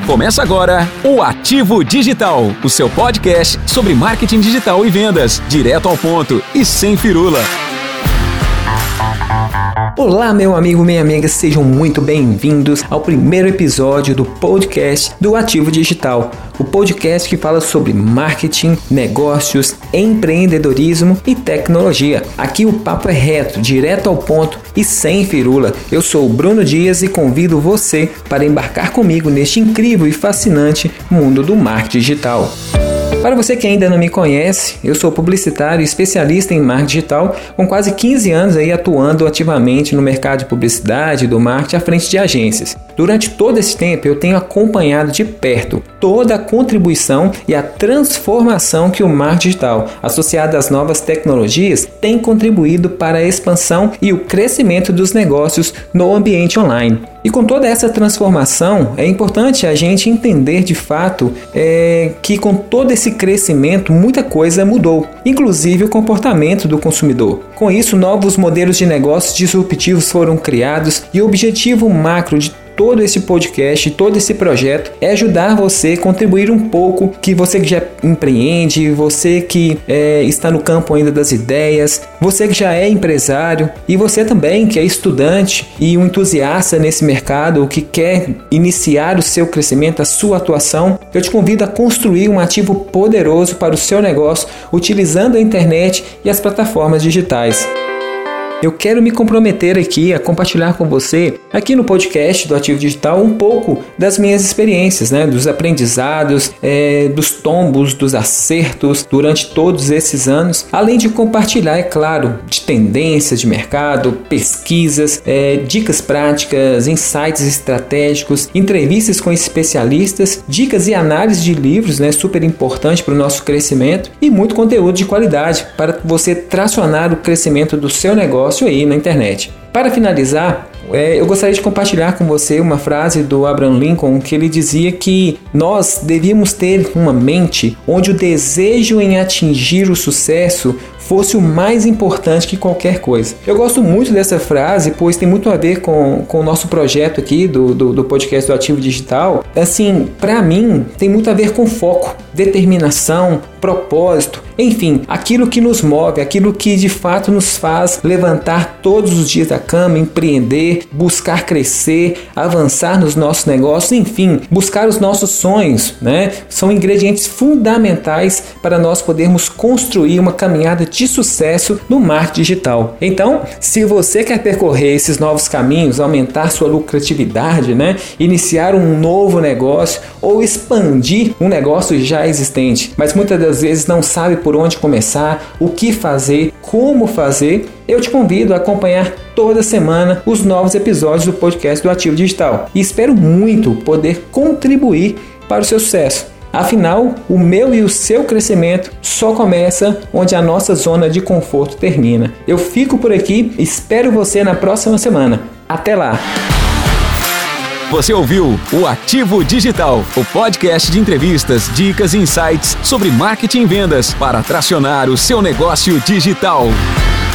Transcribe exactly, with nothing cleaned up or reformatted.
Começa agora o Ativo Digital, o seu podcast sobre marketing digital e vendas, direto ao ponto e sem firula. Olá, meu amigo, minha amiga, sejam muito bem-vindos ao primeiro episódio do podcast do Ativo Digital, o podcast que fala sobre marketing, negócios, empreendedorismo e tecnologia. Aqui o papo é reto, direto ao ponto e sem firula. Eu sou o Bruno Dias e convido você para embarcar comigo neste incrível e fascinante mundo do marketing digital. Para você que ainda não me conhece, eu sou publicitário e especialista em marketing digital, com quase quinze anos aí atuando ativamente no mercado de publicidade e do marketing à frente de agências. Durante todo esse tempo eu tenho acompanhado de perto toda a contribuição e a transformação que o marketing digital, associado às novas tecnologias, tem contribuído para a expansão e o crescimento dos negócios no ambiente online. E com toda essa transformação, é importante a gente entender de fato é, que com todo esse crescimento, muita coisa mudou, inclusive o comportamento do consumidor. Com isso, novos modelos de negócios disruptivos foram criados e o objetivo macro de todo esse podcast, todo esse projeto é ajudar você a contribuir um pouco, que você que já empreende, você que é, está no campo ainda das ideias, você que já é empresário e você também que é estudante e um entusiasta nesse mercado ou que quer iniciar o seu crescimento, a sua atuação. Eu te convido a construir um ativo poderoso para o seu negócio utilizando a internet e as plataformas digitais. Eu quero me comprometer aqui a compartilhar com você, aqui no podcast do Ativo Digital, um pouco das minhas experiências, né? Dos aprendizados, é, dos tombos, dos acertos durante todos esses anos, além de compartilhar, é claro, de tendências de mercado, pesquisas, é, dicas práticas, insights estratégicos, entrevistas com especialistas, dicas e análise de livros, né? Super importante para o nosso crescimento e muito conteúdo de qualidade para você tracionar o crescimento do seu negócio aí na internet. Para finalizar, é, eu gostaria de compartilhar com você uma frase do Abraham Lincoln, que ele dizia que nós devíamos ter uma mente onde o desejo em atingir o sucesso fosse o mais importante que qualquer coisa. Eu gosto muito dessa frase, pois tem muito a ver com, com o nosso projeto aqui do, do, do podcast do Ativo Digital. Assim, para mim, tem muito a ver com foco, determinação, propósito, enfim, aquilo que nos move, aquilo que de fato nos faz levantar todos os dias da cama, empreender, buscar crescer, avançar nos nossos negócios, enfim, buscar os nossos sonhos, né? São ingredientes fundamentais para nós podermos construir uma caminhada de sucesso no marketing digital. Então, se você quer percorrer esses novos caminhos, aumentar sua lucratividade, né? Iniciar um novo negócio ou expandir um negócio já existente, mas muitas das vezes não sabe por onde começar, o que fazer, como fazer, eu te convido a acompanhar toda semana os novos episódios do podcast do Ativo Digital e espero muito poder contribuir para o seu sucesso. Afinal, o meu e o seu crescimento só começa onde a nossa zona de conforto termina. Eu fico por aqui, espero você na próxima semana. Até lá! Você ouviu o Ativo Digital, o podcast de entrevistas, dicas e insights sobre marketing e vendas para tracionar o seu negócio digital.